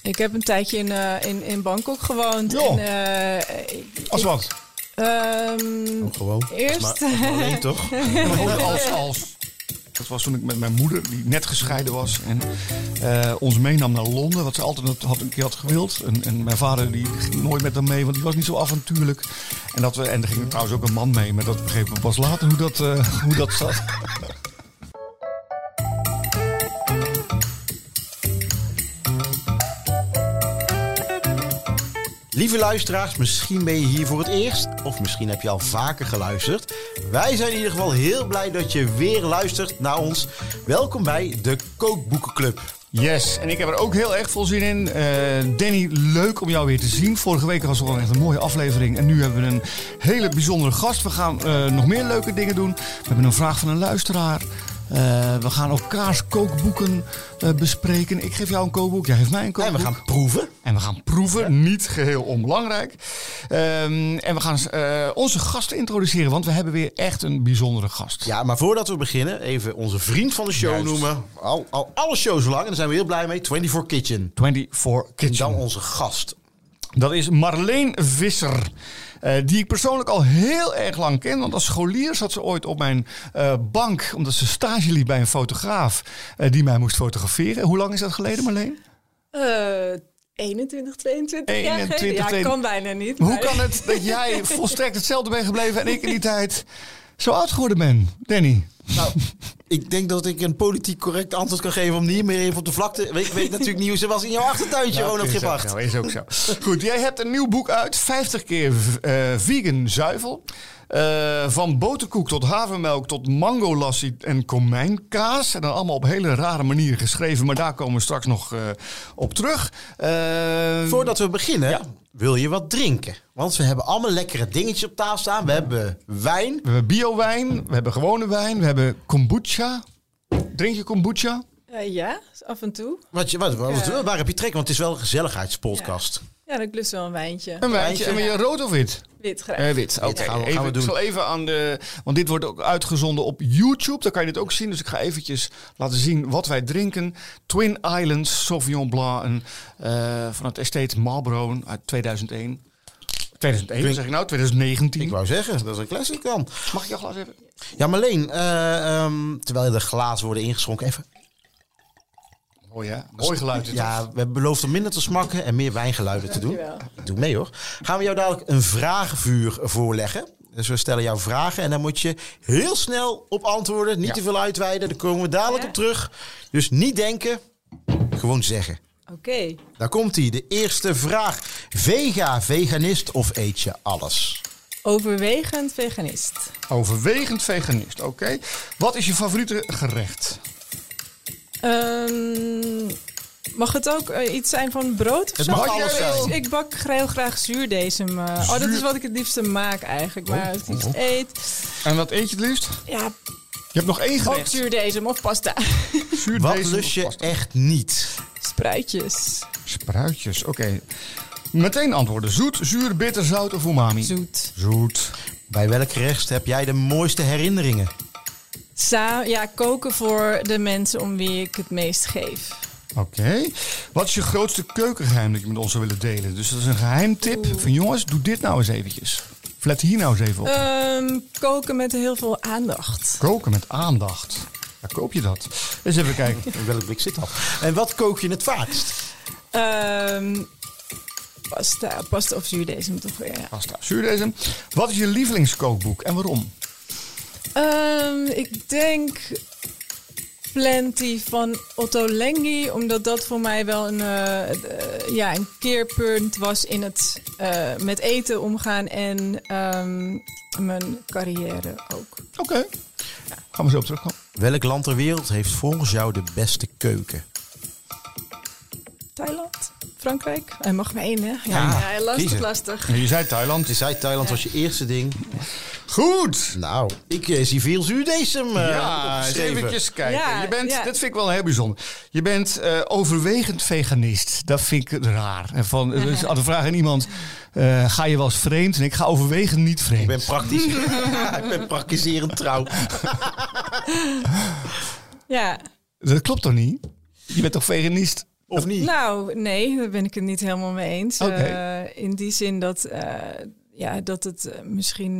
Ik heb een tijdje in Bangkok gewoond. Jo. Als wat? Ook gewoon. Eerst... Maar alleen toch? Als. Dat was toen ik met mijn moeder, die net gescheiden was, en ons meenam naar Londen, wat ze altijd een keer had gewild. En mijn vader die ging nooit met hem mee, want die was niet zo avontuurlijk. En er ging trouwens ook een man mee, maar dat begreep ik pas later hoe dat zat. Lieve luisteraars, misschien ben je hier voor het eerst. Of misschien heb je al vaker geluisterd. Wij zijn in ieder geval heel blij dat je weer luistert naar ons. Welkom bij de Kookboekenclub. Yes, en ik heb er ook heel erg veel zin in. Danny, leuk om jou weer te zien. Vorige week was het wel echt een mooie aflevering. En nu hebben we een hele bijzondere gast. We gaan nog meer leuke dingen doen. We hebben een vraag van een luisteraar. We gaan elkaars kookboeken bespreken. Ik geef jou een kookboek, jij geeft mij een kookboek. En we gaan proeven. En we gaan proeven, niet geheel onbelangrijk. En we gaan onze gasten introduceren, want we hebben weer echt een bijzondere gast. Ja, maar voordat we beginnen, even onze vriend van de show noemen. Al alle shows lang, en daar zijn we heel blij mee. 24 Kitchen. 24 Kitchen. En dan onze gast. Dat is Marleen Visser. Die ik persoonlijk al heel erg lang ken. Want als scholier zat ze ooit op mijn bank. Omdat ze stage liep bij een fotograaf die mij moest fotograferen. Hoe lang is dat geleden, Marleen? 21, 22 jaar 21, geleden. Ja, kan bijna niet. Hoe kan het dat jij volstrekt hetzelfde bent gebleven en ik in die tijd zo oud geworden ben? Danny? Nou, ik denk dat ik een politiek correct antwoord kan geven om niet meer even op de vlakte. Ik weet natuurlijk niet hoe ze was in jouw achtertuintje, Ronald Gipacht. Nou, is ook zo. Goed, jij hebt een nieuw boek uit. 50 keer vegan zuivel. Van boterkoek tot havermelk tot mangolassi en komijnkaas. En dan allemaal op hele rare manieren geschreven. Maar daar komen we straks nog op terug. Voordat we beginnen, wil je wat drinken? Want we hebben allemaal lekkere dingetjes op tafel staan. We hebben wijn. We hebben biowijn. We hebben gewone wijn. We hebben kombucha. Drink je kombucha? Ja, af en toe. Waar heb je trek? Want het is wel een gezelligheidspodcast. Ja, dat lust wel een wijntje. Een wijntje. En wil je rood of wit? Wit graag. Wit, oké. Gaan we doen. Ik zal even aan de... Want dit wordt ook uitgezonden op YouTube. Daar kan je dit ook zien. Dus ik ga eventjes laten zien wat wij drinken. Twin Islands Sauvignon Blanc. Van het estate Marlborough uit 2001. 2001, zeg ik nou? 2019. Ik wou zeggen, dat is een classic dan. Mag ik jouw glas even? Ja, Marleen, terwijl de glazen worden ingeschonken, even... Mooi hè? Mooi geluid. Ja, we hebben beloofd om minder te smakken en meer wijngeluiden te doen. Doe mee hoor. Gaan we jou dadelijk een vragenvuur voorleggen. Dus we stellen jou vragen en dan moet je heel snel op antwoorden. Niet te veel uitweiden, daar komen we dadelijk op terug. Dus niet denken, gewoon zeggen. Oké. Daar komt-ie. De eerste vraag. Veganist of eet je alles? Overwegend veganist. Overwegend veganist, oké. Wat is je favoriete gerecht? Mag het ook iets zijn van brood of Het zo? mag alles zijn. Ik bak heel graag zuurdesem. Dat is wat ik het liefste maak eigenlijk. Maar het liefst eet. En wat eet je het liefst? Ja, Je hebt nog één ook gerecht. zuurdesem of pasta. Wat lust je echt niet? Spruitjes. Spruitjes, oké. Meteen antwoorden. Zoet, zuur, bitter, zout of umami? Zoet. Zoet. Bij welk gerecht heb jij de mooiste herinneringen? Koken voor de mensen om wie ik het meest geef. Oké. Wat is je grootste keukengeheim dat je met ons zou willen delen? Dus dat is een geheimtip van jongens, doe dit nou eens eventjes. Let hier nou eens even op. Koken met heel veel aandacht. Koken met aandacht. Waar koop je dat? Eens even kijken. In welk blik zit dat? En wat kook je het vaakst? Pasta of zuurdesem toch weer, ja. Pasta, zuurdesem. Wat is je lievelingskookboek en waarom? Ik denk Plenty van Otto Lengi, omdat dat voor mij wel een keerpunt was in het met eten omgaan en mijn carrière ook. Oké. Ja. Gaan we zo op terugkomen. Welk land ter wereld heeft volgens jou de beste keuken? Thailand? Frankrijk? Hij mag maar één, hè? Ja, lastig. Ja, je zei Thailand. Je zei Thailand was je eerste ding. Goed. Nou, ik zie veel zuurdesem eventjes kijken. Ja, Dit vind ik wel heel bijzonder. Je bent overwegend veganist. Dat vind ik raar. En dus de vraag aan iemand, ga je wel eens vreemd? En ik ga overwegend niet vreemd. Ik ben praktisch. Ik ben praktiserend trouw. Ja. Dat klopt toch niet? Je bent toch veganist? Of niet? Nou, nee, daar ben ik het niet helemaal mee eens. Oké. In die zin dat, dat het misschien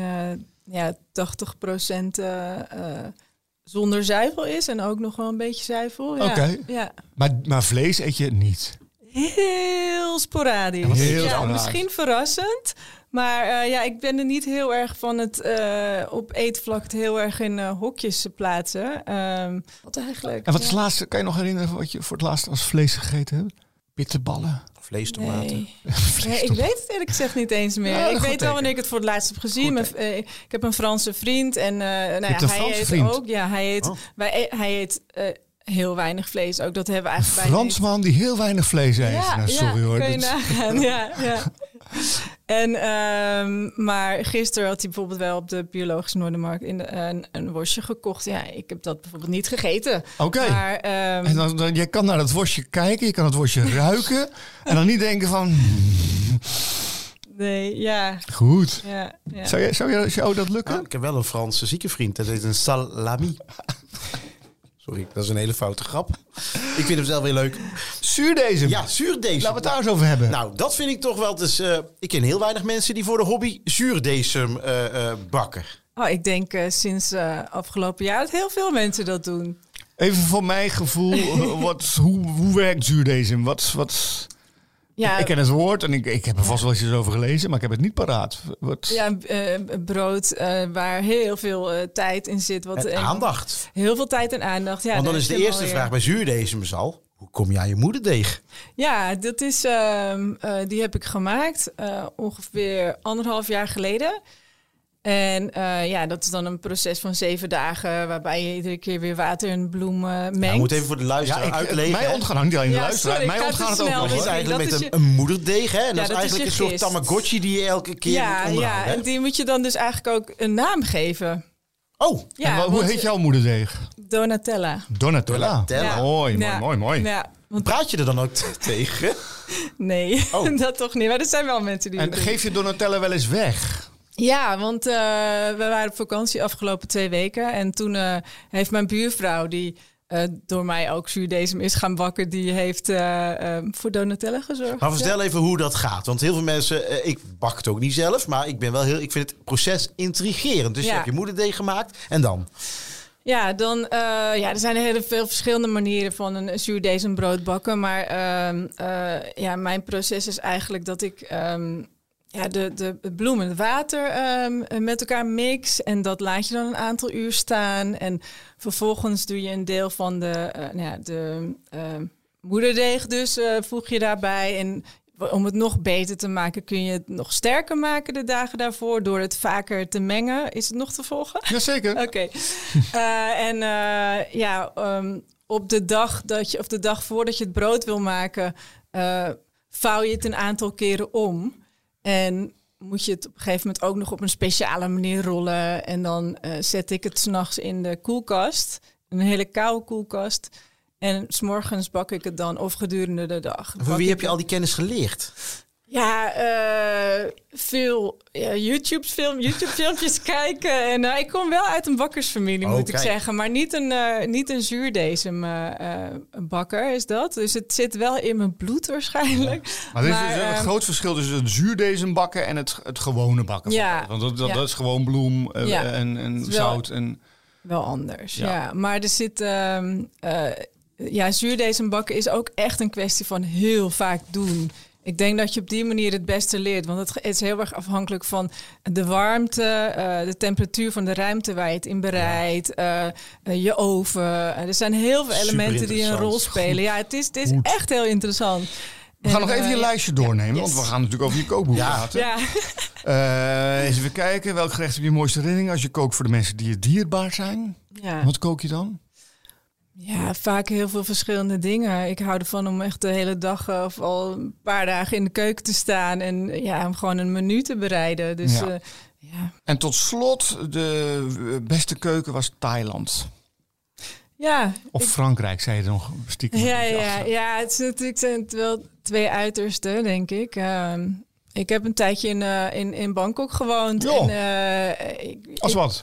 80% zonder zuivel is. En ook nog wel een beetje zuivel. Ja. Oké. Ja. Maar vlees eet je niet? Heel sporadisch. Heel sporadisch. Misschien verrassend. Maar ik ben er niet heel erg van het op eetvlak heel erg in hokjes plaatsen. Wat eigenlijk? En wat is het laatste? Kan je nog herinneren wat je voor het laatst als vlees gegeten hebt? Bitterballen? Vleestomaten. Nee, ik weet het eerlijk gezegd niet eens meer. Ja, ik goed weet wel wanneer ik het voor het laatst heb gezien. Ik heb een Franse vriend en hij eet vriend? ook. Ja, hij eet. Hij eet heel weinig vlees ook. Dat hebben we Een eigenlijk bijna niet. Fransman die heel weinig vlees eet. Nou, sorry hoor. Kun je nagaan. Ja. En, maar gisteren had hij bijvoorbeeld wel op de biologische Noordermarkt een worstje gekocht. Ja, ik heb dat bijvoorbeeld niet gegeten. Oké. Maar, En dan, je kan naar het worstje kijken, je kan het worstje ruiken. En dan niet denken van... Nee, ja. Goed. Ja. Zou jou dat lukken? Ik heb wel een Franse ziekevriend. Dat heet een salami. Sorry, dat is een hele foute grap. Ik vind hem zelf weer leuk. Zuurdesem. Ja, zuurdesem. Laten we het daar eens over hebben. Nou, dat vind ik toch wel... Dus, ik ken heel weinig mensen die voor de hobby zuurdesem bakken. Oh, ik denk sinds afgelopen jaar dat heel veel mensen dat doen. Even voor mijn gevoel, hoe werkt zuurdesem? Ja, Ik ken het woord en ik heb er vast wel eens over gelezen, maar ik heb het niet paraat. Brood waar heel veel tijd in zit. En aandacht. Heel veel tijd en aandacht. Ja, Want dan is de eerste vraag bij zuurdesem al... Hoe kom je aan je moederdeeg? Ja, dat is, die heb ik gemaakt ongeveer 1,5 jaar geleden. En dat is dan een proces van 7 dagen... waarbij je iedere keer weer water en bloem mengt. Je moet even voor de luisteraar uitleggen. Mij ontgaan, niet alleen de luisteraar. Sorry, mij ontgaan het ook nog. Het is eigenlijk dat met een moederdeeg, hè? En dat is dat eigenlijk is een je soort gist. Tamagotchi die je elke keer moet onderhouden. En die moet je dan dus eigenlijk ook een naam geven. Oh, Ja, Hoe heet jouw moederdeeg? Donatella. Donatella. Donatella. Mooi. Ja, want praat je er dan ook tegen? nee, Oh. dat toch niet. Maar er zijn wel mensen die En dat doen. geef je Donatella wel eens weg? Ja, want we waren op vakantie afgelopen 2 weken. En toen heeft mijn buurvrouw, die door mij ook zuurdesem is gaan bakken... die heeft voor Donatella gezorgd. Maar vertel even hoe dat gaat. Want heel veel mensen... ik bak het ook niet zelf, maar ik vind het proces intrigerend. Dus je hebt je moederdeeg gemaakt en dan? Ja, dan, er zijn heel veel verschillende manieren van een zuurdesembrood bakken. Maar mijn proces is eigenlijk dat ik... de bloem en het water met elkaar mix. En dat laat je dan een aantal uur staan. En vervolgens doe je een deel van de moederdeeg dus voeg je daarbij. En om het nog beter te maken kun je het nog sterker maken de dagen daarvoor. Door het vaker te mengen. Is het nog te volgen? Jazeker. Oké. Op de dag voordat je het brood wil maken... vouw je het een aantal keren om... En moet je het op een gegeven moment ook nog op een speciale manier rollen. En dan zet ik het 's nachts in de koelkast. Een hele koude koelkast. En 's morgens bak ik het dan of gedurende de dag. Voor wie heb je al die kennis geleerd? Ja, veel YouTube-filmpjes kijken. En ik kom wel uit een bakkersfamilie, moet ik zeggen. Maar niet een zuurdesem-bakker is dat. Dus het zit wel in mijn bloed waarschijnlijk. Maar er is dus een groot verschil tussen het zuurdesem bakken en het gewone bakken. Ja. Want dat is gewoon bloem en zout. Wel anders, ja. Maar er zit... zuurdesem bakken is ook echt een kwestie van heel vaak doen. Ik denk dat je op die manier het beste leert. Want het is heel erg afhankelijk van de warmte, de temperatuur van de ruimte waar je het in bereidt, je oven. Er zijn heel veel elementen die een rol spelen. Ja, het is echt heel interessant. We gaan nog even je lijstje doornemen, want we gaan natuurlijk over je kookboek praten. Ja. Eens even kijken, welk gerecht heb je mooiste herinnering als je kookt voor de mensen die je dierbaar zijn? Ja. Wat kook je dan? Ja, vaak heel veel verschillende dingen. Ik hou ervan om echt de hele dag of al een paar dagen in de keuken te staan en om gewoon een menu te bereiden. Dus, En tot slot, de beste keuken was Thailand. Ja. Of Frankrijk, zei je er nog stiekem. Ja, het is natuurlijk zijn het wel 2 uitersten, denk ik. Ik heb een tijdje in Bangkok gewoond. Als wat?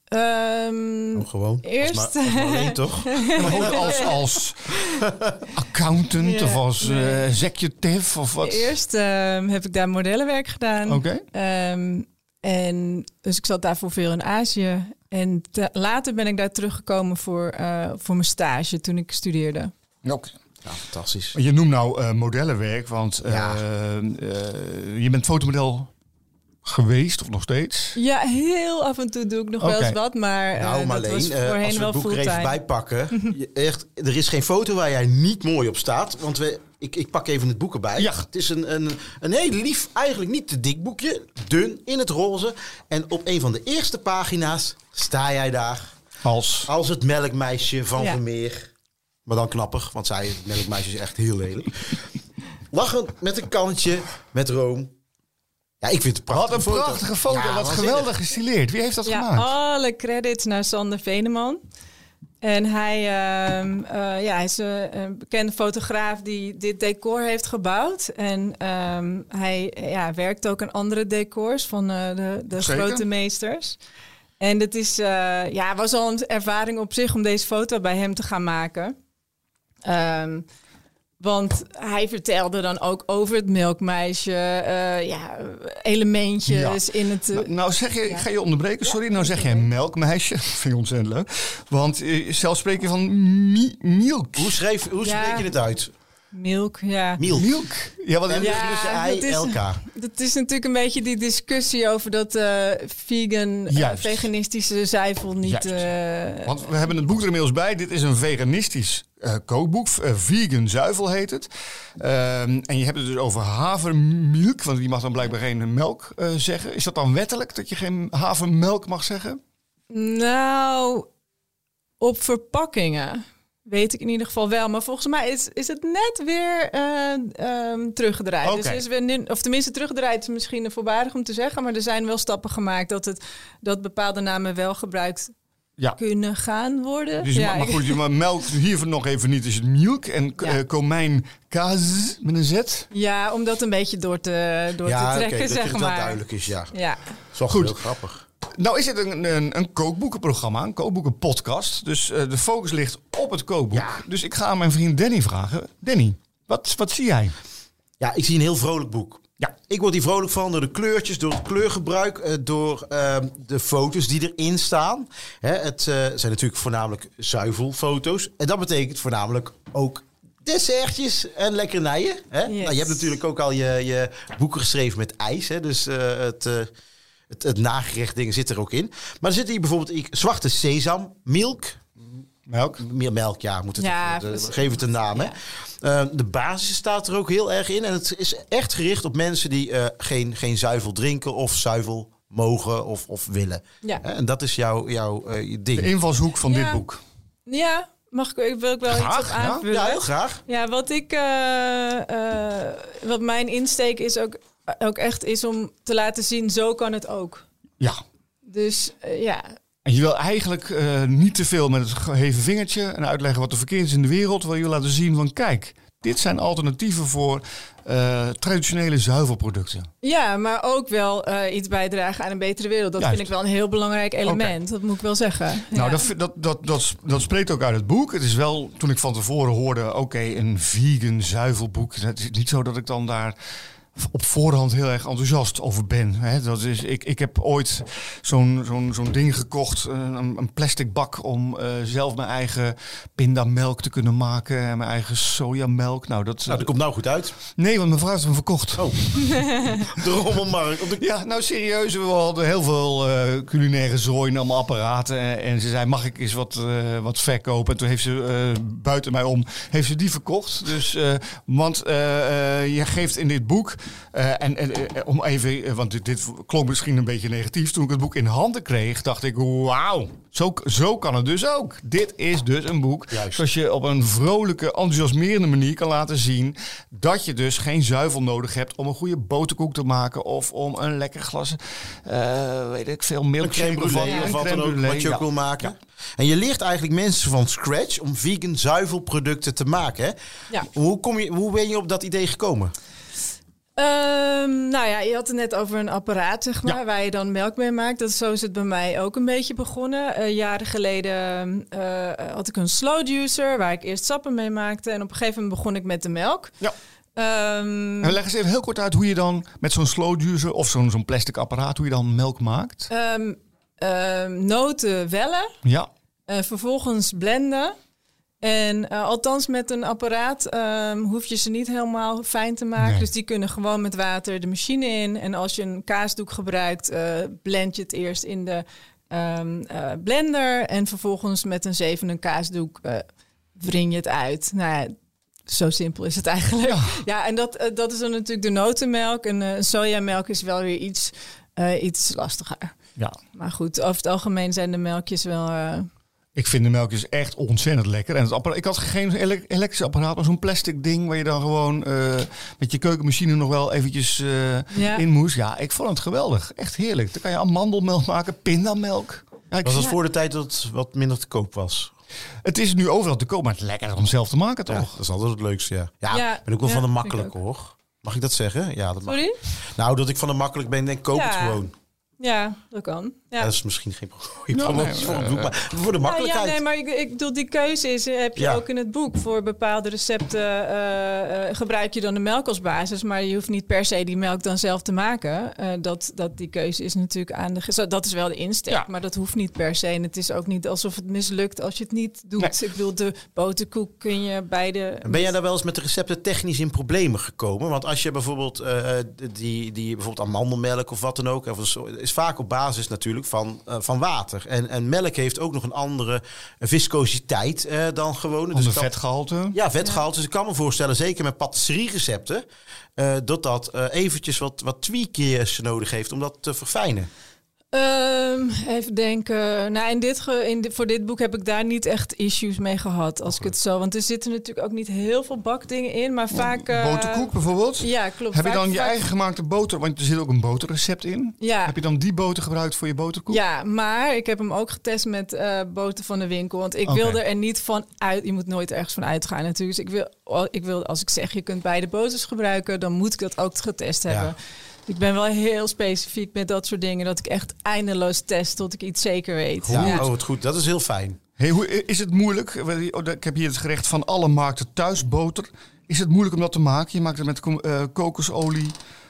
Gewoon. Eerst... Als maar alleen toch? Ja, maar gewoon als accountant of als executive of wat? Eerst heb ik daar modellenwerk gedaan. Oké. En dus ik zat daarvoor veel in Azië. En later ben ik daar teruggekomen voor mijn stage toen ik studeerde. Oké. Ja, fantastisch. Je noemt nou modellenwerk, want je bent fotomodel geweest of nog steeds? Ja, heel af en toe doe ik nog wel eens wat, maar nou, dat was voorheen als we wel het boek er even fulltime. bij pakken. Er is geen foto waar jij niet mooi op staat. Want ik pak even het boek erbij. Ja. Het is een heel lief, eigenlijk niet te dik boekje. Dun, in het roze. En op een van de eerste pagina's sta jij daar. Als het melkmeisje van Vermeer. Maar dan knapper, want het melkmeisje is echt heel lelijk. Lachend met een kantje, met room. Ja, ik vind het prachtig. Wat een prachtige foto. Ja, wat geweldig gestileerd. Wie heeft dat gemaakt? Alle credits naar Sander Veneman. En hij is een bekende fotograaf die dit decor heeft gebouwd. En hij werkt ook aan andere decors van de grote meesters. En het is, was al een ervaring op zich om deze foto bij hem te gaan maken. Want hij vertelde dan ook over het melkmeisje, elementjes in het... Nou zeg je, ik ga je onderbreken, sorry. Nou zeg jij melkmeisje, dat vind ik ontzettend leuk. Want zelf spreek je van milk. Hoe spreek je het uit? Milk, ja. Milk. Ja, wat dat is natuurlijk een beetje die discussie over dat veganistische zuivel niet... Want we hebben het boek er inmiddels bij. Dit is een veganistisch kookboek. Vegan zuivel heet het. En je hebt het dus over havermelk. Want die mag dan blijkbaar geen melk zeggen. Is dat dan wettelijk dat je geen havermelk mag zeggen? Nou, op verpakkingen... weet ik in ieder geval wel. Maar volgens mij is het net weer teruggedraaid. Okay. Dus is weer of tenminste teruggedraaid is misschien voorbarig om te zeggen. Maar er zijn wel stappen gemaakt dat bepaalde namen wel gebruikt kunnen gaan worden. Dus maar goed, maar melk hiervoor nog even niet is het milk. En komijn kaas met een Z. Ja, om dat een beetje door te trekken, zeg maar. Dat het duidelijk is, ja. Ja. Dat is wel goed. Heel grappig. Nou is het een kookboekenprogramma, een kookboekenpodcast. Dus de focus ligt op het kookboek. Ja. Dus ik ga aan mijn vriend Danny vragen. Danny, wat zie jij? Ja, ik zie een heel vrolijk boek. Ja. Ik word hier vrolijk van door de kleurtjes, door het kleurgebruik, door de foto's die erin staan. Het zijn natuurlijk voornamelijk zuivelfoto's. En dat betekent voornamelijk ook dessertjes en lekkernijen. Yes. Nou, je hebt natuurlijk ook al je boeken geschreven met ijs. Dus het nagerecht dingen zit er ook in. Maar er zit hier bijvoorbeeld zwarte sesam, milk. Melk, ja. Geef het een naam. Ja. Hè? De basis staat er ook heel erg in. En het is echt gericht op mensen die geen zuivel drinken of zuivel mogen of willen. Ja. En dat is jouw ding. De invalshoek van dit boek. Ja, wil ik wel iets op aanvullen? Ja, heel graag. Ja, wat mijn insteek is ook echt is om te laten zien, zo kan het ook. Ja. Dus En je wil eigenlijk niet te veel met het geheven vingertje en uitleggen wat er verkeerd is in de wereld. Wil je laten zien van kijk, dit zijn alternatieven voor traditionele zuivelproducten. Ja, maar ook wel iets bijdragen aan een betere wereld. Dat vind ik wel een heel belangrijk element. Okay. Dat moet ik wel zeggen. Nou, dat spreekt ook uit het boek. Het is wel, toen ik van tevoren hoorde, een vegan zuivelboek. Het is niet zo dat ik dan daar op voorhand heel erg enthousiast over ben. Dat is, ik heb ooit zo'n ding gekocht, een plastic bak om zelf mijn eigen pindamelk te kunnen maken en mijn eigen sojamelk. Dat komt nou goed uit. Nee, want mijn vrouw heeft hem verkocht. Oh. De rommelmarkt. Ja, nou serieus, we hadden heel veel culinaire zooi en allemaal apparaten en ze zei, mag ik eens wat verkopen? En toen heeft ze buiten mij om, heeft ze die verkocht. Dus, want je geeft in dit boek om even, want dit klonk misschien een beetje negatief. Toen ik het boek in handen kreeg, dacht ik, wauw, zo kan het dus ook. Dit is dus een boek zoals je op een vrolijke, enthousiasmerende manier kan laten zien dat je dus geen zuivel nodig hebt om een goede boterkoek te maken of om een lekker glas, weet ik veel, milkshake of wat dan ook, wat je ook wil maken. Ja. En je leert eigenlijk mensen van scratch om vegan zuivelproducten te maken. Hè? Ja. Hoe ben je op dat idee gekomen? Nou ja, je had het net over een apparaat, zeg maar, waar je dan melk mee maakt. Zo is het bij mij ook een beetje begonnen. Jaren geleden had ik een slow juicer waar ik eerst sappen mee maakte. En op een gegeven moment begon ik met de melk. Ja. En leg eens even heel kort uit hoe je dan met zo'n slow juicer of zo'n plastic apparaat, hoe je dan melk maakt. Noten wellen. Ja. Vervolgens blenden. En althans met een apparaat hoef je ze niet helemaal fijn te maken. Nee. Dus die kunnen gewoon met water de machine in. En als je een kaasdoek gebruikt, blend je het eerst in de blender. En vervolgens met een zevende kaasdoek wring je het uit. Nou ja, zo simpel is het eigenlijk. Ja, en dat is dan natuurlijk de notenmelk. En sojamelk is wel weer iets lastiger. Ja. Maar goed, over het algemeen zijn de melkjes wel... Ik vind de melkjes echt ontzettend lekker. En ik had geen elektrische apparaat, maar zo'n plastic ding waar je dan gewoon met je keukenmachine nog wel eventjes in moest. Ja, ik vond het geweldig. Echt heerlijk. Dan kan je amandelmelk maken, pindamelk. Ja, Was dat voor de tijd dat het wat minder te koop was? Het is nu overal te koop, maar het is lekker om zelf te maken, toch? Ja, dat is altijd het leukste, ja. Ja, ik ben ook wel van de makkelijke, hoor. Mag ik dat zeggen? Ja, dat mag. Sorry? Nou, dat ik van de makkelijk ben, denk ik, koop het gewoon. Ja, dat kan. Ja. Dat is misschien geen promotie voor het boek, maar voor de makkelijkheid. Ja, nee, maar ik bedoel, die keuze heb je ook in het boek. Voor bepaalde recepten gebruik je dan de melk als basis, maar je hoeft niet per se die melk dan zelf te maken. Die keuze is natuurlijk aan de... Dat is wel de insteek, maar dat hoeft niet per se. En het is ook niet alsof het mislukt als je het niet doet. Nee. Ik bedoel, de boterkoek kun je beide... Ben jij daar wel eens met de recepten technisch in problemen gekomen? Want als je bijvoorbeeld die bijvoorbeeld amandelmelk of wat dan ook... is vaak op basis natuurlijk van water. En melk heeft ook nog een andere viscositeit dan gewoon. Dus vetgehalte. Ja, vetgehalte. Dus ik kan me voorstellen, zeker met patisserierecepten, dat eventjes wat tweakjes nodig heeft om dat te verfijnen. Even denken. Nou, voor dit boek heb ik daar niet echt issues mee gehad. Als ik het zo. Want er zitten natuurlijk ook niet heel veel bakdingen in. Maar vaak. Boterkoek bijvoorbeeld? Ja, klopt. Heb je dan je eigen gemaakte boter? Want er zit ook een boterrecept in. Ja. Heb je dan die boter gebruikt voor je boterkoek? Ja, maar ik heb hem ook getest met boter van de winkel. Want ik wilde er niet van uit. Je moet nooit ergens van uitgaan natuurlijk. Dus ik wil als ik zeg je kunt beide boters gebruiken, dan moet ik dat ook getest hebben. Ik ben wel heel specifiek met dat soort dingen. Dat ik echt eindeloos test tot ik iets zeker weet. Ja. Oh, wat goed. Dat is heel fijn. Hey, hoe is het moeilijk? Ik heb hier het gerecht van alle markten thuisboter. Is het moeilijk om dat te maken? Je maakt het met kokosolie.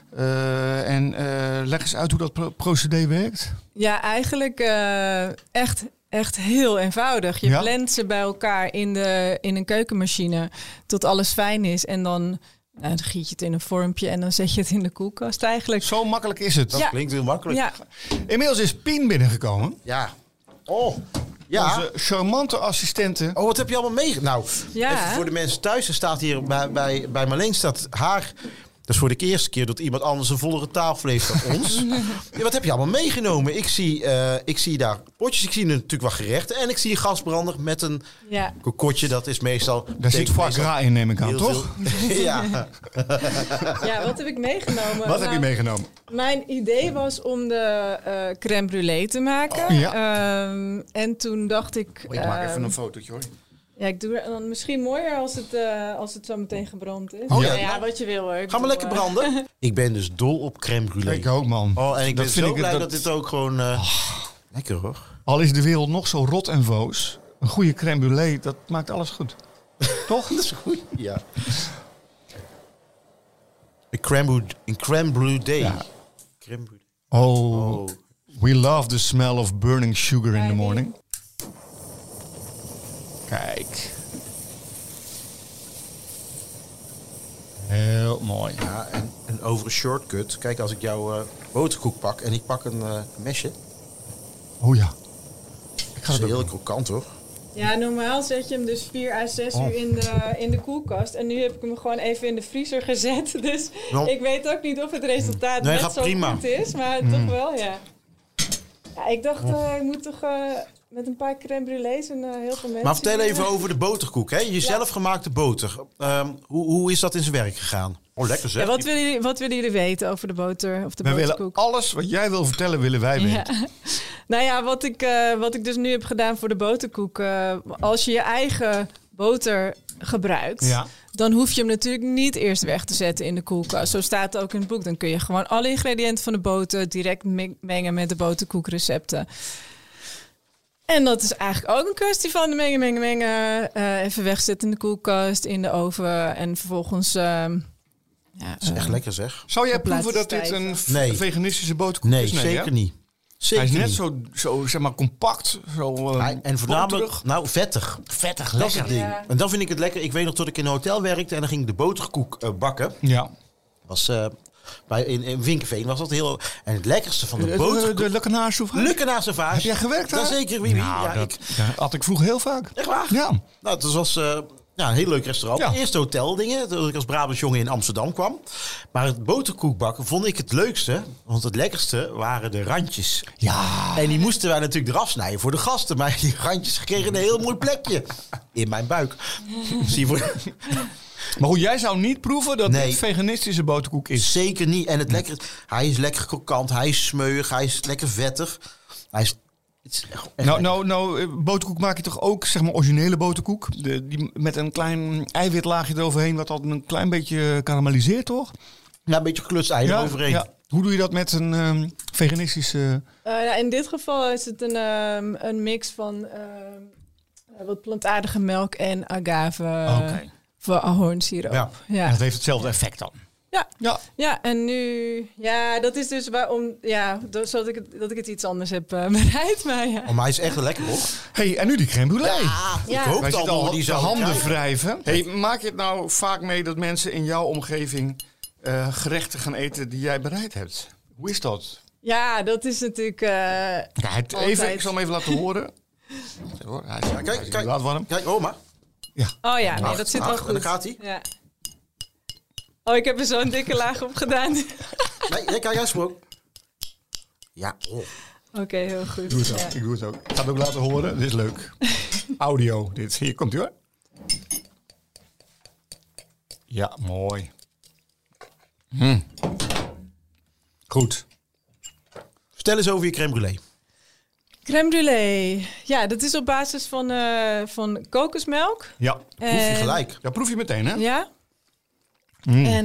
Leg eens uit hoe dat procedé werkt. Ja, eigenlijk echt heel eenvoudig. Je blendt ze bij elkaar in een keukenmachine tot alles fijn is. En dan giet je het in een vormpje en dan zet je het in de koelkast eigenlijk. Zo makkelijk is het. Dat klinkt heel makkelijk. Ja. Inmiddels is Pien binnengekomen. Ja. Oh, ja. Onze charmante assistente. Oh, wat heb je allemaal meegenomen? Nou, even voor de mensen thuis. Er staat hier bij Marleen staat haar... Dat is voor de eerste keer dat iemand anders een vollere tafel heeft dan ons. Ja, wat heb je allemaal meegenomen? Ik zie daar potjes. Ik zie natuurlijk wat gerechten. En ik zie een gasbrander met een kokotje. Dat is meestal... Daar zit foie gras in, neem ik aan, toch? Ja. Ja, wat heb ik meegenomen? Wat heb je meegenomen? Mijn idee was om de crème brûlée te maken. Ja. En toen dacht ik... Ik maak even een fotootje, hoor. Ja, ik doe het dan misschien mooier als het zo meteen gebrand is. Oh, ja, wat je wil hoor. Ga maar lekker branden. Ik ben dus dol op crème brûlée. Ik ook, man. Oh, en ik ben zo blij dat dit ook gewoon... lekker hoor. Al is de wereld nog zo rot en voos. Een goede crème brûlée, dat maakt alles goed. Toch? Dat is goed, ja. Een crème brûlée. Ja. Crème brûlée. Oh, we love the smell of burning sugar in the morning. Kijk. Heel mooi. Ja, en over een shortcut. Kijk, als ik jouw boterkoek pak en ik pak een mesje. Oh ja. Dat is heel krokant hoor. Ja, normaal zet je hem dus 4 à 6 uur in de koelkast. En nu heb ik hem gewoon even in de vriezer gezet. Dus ik weet ook niet of het resultaat net zo goed is. Maar toch wel, ja. Ja, ik dacht, ik moet toch... met een paar crème brûlées en heel veel mensen... Maar vertel even over de boterkoek. Hè? Je zelfgemaakte boter. Hoe is dat in zijn werk gegaan? Oh, lekker zeg. Ja, wat willen jullie weten over de boter of de boterkoek? Willen alles wat jij wil vertellen, willen wij weten. Ja. Nou ja, wat ik dus nu heb gedaan voor de boterkoek... als je je eigen boter gebruikt... Ja. dan hoef je hem natuurlijk niet eerst weg te zetten in de koelkast. Zo staat het ook in het boek. Dan kun je gewoon alle ingrediënten van de boter... direct mengen met de boterkoekrecepten. En dat is eigenlijk ook een kwestie van mengen. Even wegzetten in de koelkast, in de oven... en vervolgens... Dat is echt lekker, zeg. Zou jij Op laten proeven dat dit een Nee. veganistische boterkoek Nee, is? zeker hè? niet. Zeker Hij is net niet. zo zeg maar, compact. Zo, En voornamelijk, boterig. Vettig. Vettig, Dat is het ding. Ja. En dan vind ik het lekker. Ik weet nog dat ik in een hotel werkte en dan ging ik de boterkoek bakken. Ja. Was, in Vinkeveen was dat heel... En het lekkerste van de boterkoek... De Luckenaar Sauvage. Luckenaar Sauvage. Heb jij gewerkt daar? Jazeker, wie? Nou, Ja, dat had ik vroeger heel vaak. Echt waar? Ja. Nou, het was een heel leuk restaurant. Ja. Eerste hoteldingen, dat ik als Brabants jongen in Amsterdam kwam. Maar het boterkoekbakken vond ik het leukste. Want het lekkerste waren de randjes. Ja. En die moesten wij natuurlijk eraf snijden voor de gasten. Maar die randjes kregen een heel mooi plekje in mijn buik. Zie je voor... Maar goed, jij zou niet proeven dat Nee. dit veganistische boterkoek is. Zeker niet. En het lekker, hij is lekker krokant, hij is smeuig, hij is lekker vettig. Hij is... Het is echt Nou, boterkoek maak je toch ook, zeg maar, originele boterkoek? Die met een klein eiwitlaagje eroverheen, wat dan een klein beetje karamelliseert, toch? ja, een beetje geklutst ei eroverheen. Ja. Hoe doe je dat met een veganistische... in dit geval is het een mix van wat plantaardige melk en agave voor ahornsiroop. Ja. Ja. En dat heeft hetzelfde effect dan? Ja. Ja. Ja, en nu... Ja, dat is dus waarom... Ja, zodat ik het iets anders heb bereid. Maar ja. Oh, maar hij is echt lekker, hoor. Hey, en nu die crème brûlée. Ja. Ik hoop Wij het zitten al al die de zo handen wrijven. Hey, maak je het nou vaak mee dat mensen in jouw omgeving gerechten gaan eten die jij bereid hebt? Hoe is dat? Ja, dat is natuurlijk... Ik zal hem even laten horen. Hoor, hij is inderdaad warm. Kijk, oma. Oh ja, nee, dat zit wel En goed. dan gaat hij. Ja. Oh, ik heb er zo'n dikke laag op gedaan. Nee, kijk, hij sprong. Ja, Oké, heel goed. Ik doe het ook. Ja. Ik doe het ook. Ik ga het ook laten horen. Dit is leuk. Audio. Dit. Hier komt hij hoor. Ja, mooi. Goed. Vertel eens over je crème brûlée. Crème brûlée. Ja, dat is op basis van kokosmelk. Ja. Proef je gelijk. Ja, proef je meteen hè? Ja. En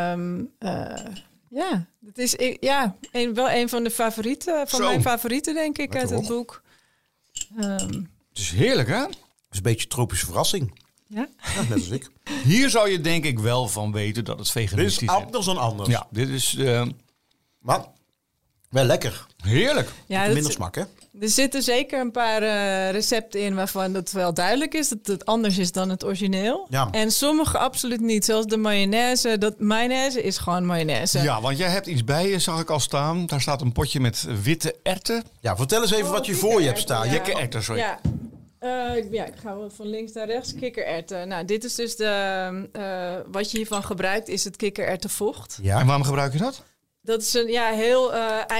ja, dat is wel een van de favorieten, van Zo. mijn favorieten denk ik Lekker uit het hoor. boek. Het is heerlijk hè? Dat is een beetje tropische verrassing. Ja. Ja, net als ik. Hier zou je denk ik wel van weten dat het Dit veganistisch is is. anders dan anders. Ja, dit is Maar wel lekker. heerlijk. Ja, Minder smak, hè? er zitten zeker een paar recepten in waarvan het wel duidelijk is dat het anders is dan het origineel. Ja. En sommige absoluut niet. Zoals de mayonaise. Mayonaise is gewoon mayonaise. Ja, want jij hebt iets bij je, zag ik al staan. Daar staat een potje met witte erwten. Ja, vertel eens even wat je voor je hebt staan. Ja. Kikkererwten, sorry. Ja. Ik ga wel van links naar rechts. Kikkererwten. Nou, dit is dus wat je hiervan gebruikt, is het kikkererwtenvocht. Ja. En waarom gebruik je dat? Dat is een heel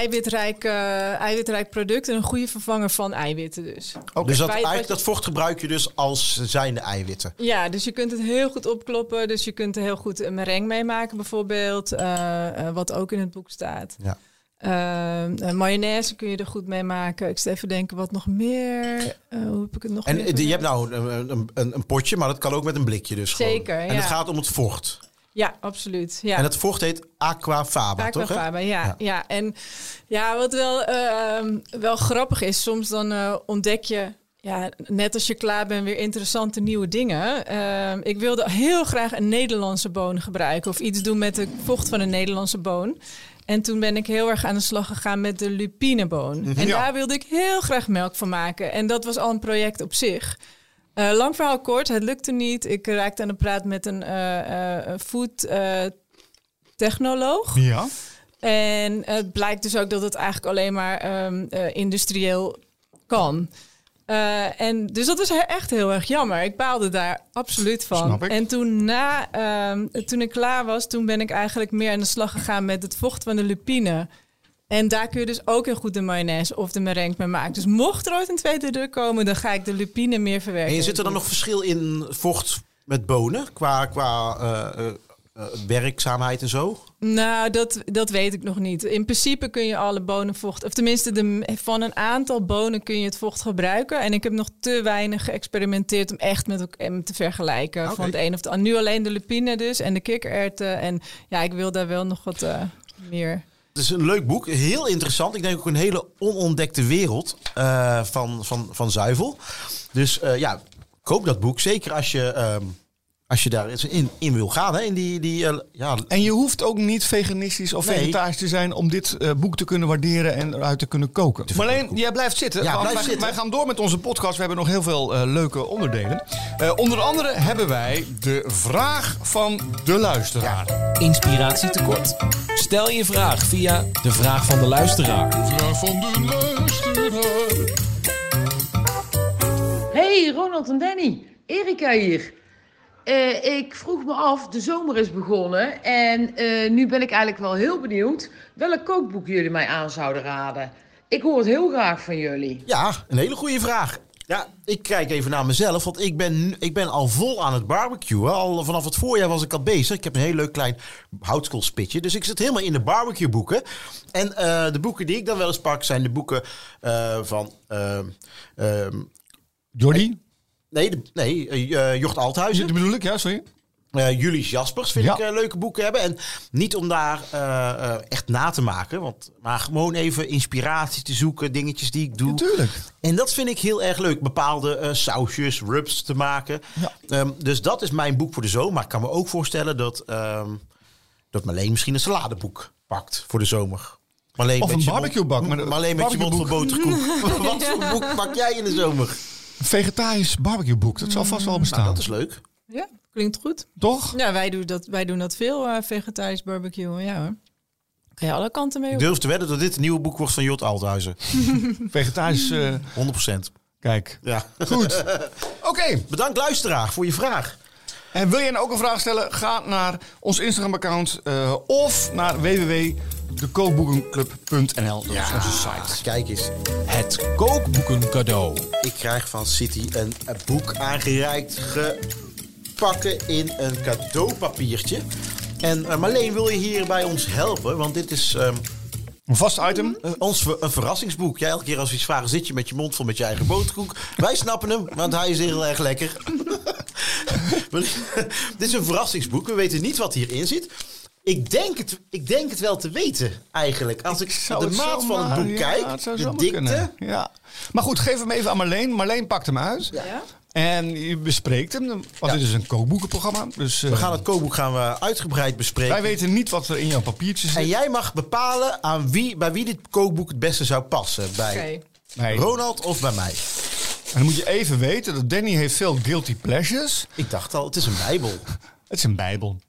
eiwitrijk product en een goede vervanger van eiwitten dus. Dus Bij- dat vocht gebruik je dus als zijnde eiwitten. Ja, dus je kunt het heel goed opkloppen. Dus je kunt er heel goed een meringue mee maken bijvoorbeeld. Wat ook in het boek staat. Ja. Mayonaise kun je er goed mee maken. Ik zit even denken, wat nog meer? Hoe heb ik het nog En meer je hebt nou een potje, maar dat kan ook met een blikje dus Zeker, gewoon. En ja. het gaat om het vocht. Ja, absoluut. Ja. En het vocht heet Aquafaba, toch? Hè? Aquafaba, ja. En ja, wat wel grappig is, soms dan ontdek je, ja, net als je klaar bent, weer interessante nieuwe dingen. Ik wilde heel graag een Nederlandse boon gebruiken of iets doen met de vocht van een Nederlandse boon. En toen ben ik heel erg aan de slag gegaan met de lupineboon. En daar wilde ik heel graag melk van maken. En dat was al een project op zich. Lang verhaal kort, het lukte niet. Ik raakte aan de praat met een food technoloog. Ja. En het blijkt dus ook dat het eigenlijk alleen maar industrieel kan. En dus dat was echt heel erg jammer. Ik baalde daar absoluut van. Snap ik. En toen ik klaar was, toen ben ik eigenlijk meer aan de slag gegaan met het vocht van de lupine. En daar kun je dus ook heel goed de mayonaise of de meringue mee maken. Dus mocht er ooit een tweede druk komen, dan ga ik de lupine meer verwerken. En zit er dan nog verschil in vocht met bonen? Qua werkzaamheid en zo? Nou, dat weet ik nog niet. In principe kun je alle bonenvocht... of tenminste van een aantal bonen kun je het vocht gebruiken. En ik heb nog te weinig geëxperimenteerd om echt met elkaar te vergelijken. Okay. Van het een of het ander. Nu alleen de lupine dus en de kikkererwten. En ja, ik wil daar wel nog wat meer... Het is een leuk boek. Heel interessant. Ik denk ook een hele onontdekte wereld van zuivel. Dus koop dat boek. Zeker als je daar in wil gaan. Hè? En je hoeft ook niet veganistisch of vegetarisch te zijn om dit boek te kunnen waarderen en eruit te kunnen koken. Marleen, jij blijft zitten. Ja, wij gaan door met onze podcast. We hebben nog heel veel leuke onderdelen. Onder andere hebben wij de vraag van de luisteraar. Ja. Inspiratie tekort. Stel je vraag via de vraag van de luisteraar. De vraag van de luisteraar. Hey Ronald en Danny, Erika hier. Ik vroeg me af, de zomer is begonnen en nu ben ik eigenlijk wel heel benieuwd welk kookboek jullie mij aan zouden raden. Ik hoor het heel graag van jullie. Ja, een hele goede vraag. Ja, ik kijk even naar mezelf, want ik ben al vol aan het barbecuen. Al vanaf het voorjaar was ik al bezig. Ik heb een heel leuk klein houtskoolspitje, dus ik zit helemaal in de barbecueboeken. En de boeken die ik dan wel eens pak zijn de boeken van... Jordi? Nee, Jort Althuizen. Dat bedoel ik, ja, sorry. Julius Jaspers vind ik leuke boeken hebben. En niet om daar echt na te maken. Maar gewoon even inspiratie te zoeken. Dingetjes die ik doe. Natuurlijk. En dat vind ik heel erg leuk. Bepaalde sausjes, rubs te maken. Ja. Dus dat is mijn boek voor de zomer. Maar ik kan me ook voorstellen dat Marleen misschien een saladeboek pakt voor de zomer. Marleen of een barbecuebak. Marleen met je mond vol boterkoek. Wat voor boek pak jij in de zomer? Een vegetarisch barbecueboek, dat zal vast wel bestaan. Nou, dat is leuk. Ja, klinkt goed. Toch? Ja, wij doen dat veel, vegetarisch barbecue. Ja hoor. Kan je alle kanten mee op. Ik durf te wedden dat dit een nieuwe boek wordt van Jort Althuizen. Vegetarisch... 100%. Kijk. Ja. Goed. Oké. Bedankt luisteraar voor je vraag. En wil je nou ook een vraag stellen? Ga naar ons Instagram-account of naar www.dekookboekenclub.nl. Dat is onze site. Kijk eens. Het kookboeken cadeau. Ik krijg van City een boek aangereikt, gepakken in een cadeaupapiertje. En Marleen, wil je hier bij ons helpen? Want dit is... een vast item? Een verrassingsboek. Elke keer als we iets vragen, zit je met je mond vol met je eigen boterkoek. Wij snappen hem, want hij is heel erg lekker. Dit is een verrassingsboek. We weten niet wat hierin zit. Ik denk het wel te weten, eigenlijk. Als ik de maat van het boek kijk, de dikte. Ja. Maar goed, geef hem even aan Marleen. Marleen pakt hem uit. Ja. En je bespreekt hem. Want dit is een kookboekenprogramma. Dus, we gaan het kookboek uitgebreid bespreken. Wij weten niet wat er in jouw papiertje zit. En jij mag bepalen bij wie dit kookboek het beste zou passen. Bij Ronald of bij mij. En dan moet je even weten dat Danny heeft veel guilty pleasures. Ik dacht al, het is een bijbel. Het is een bijbel.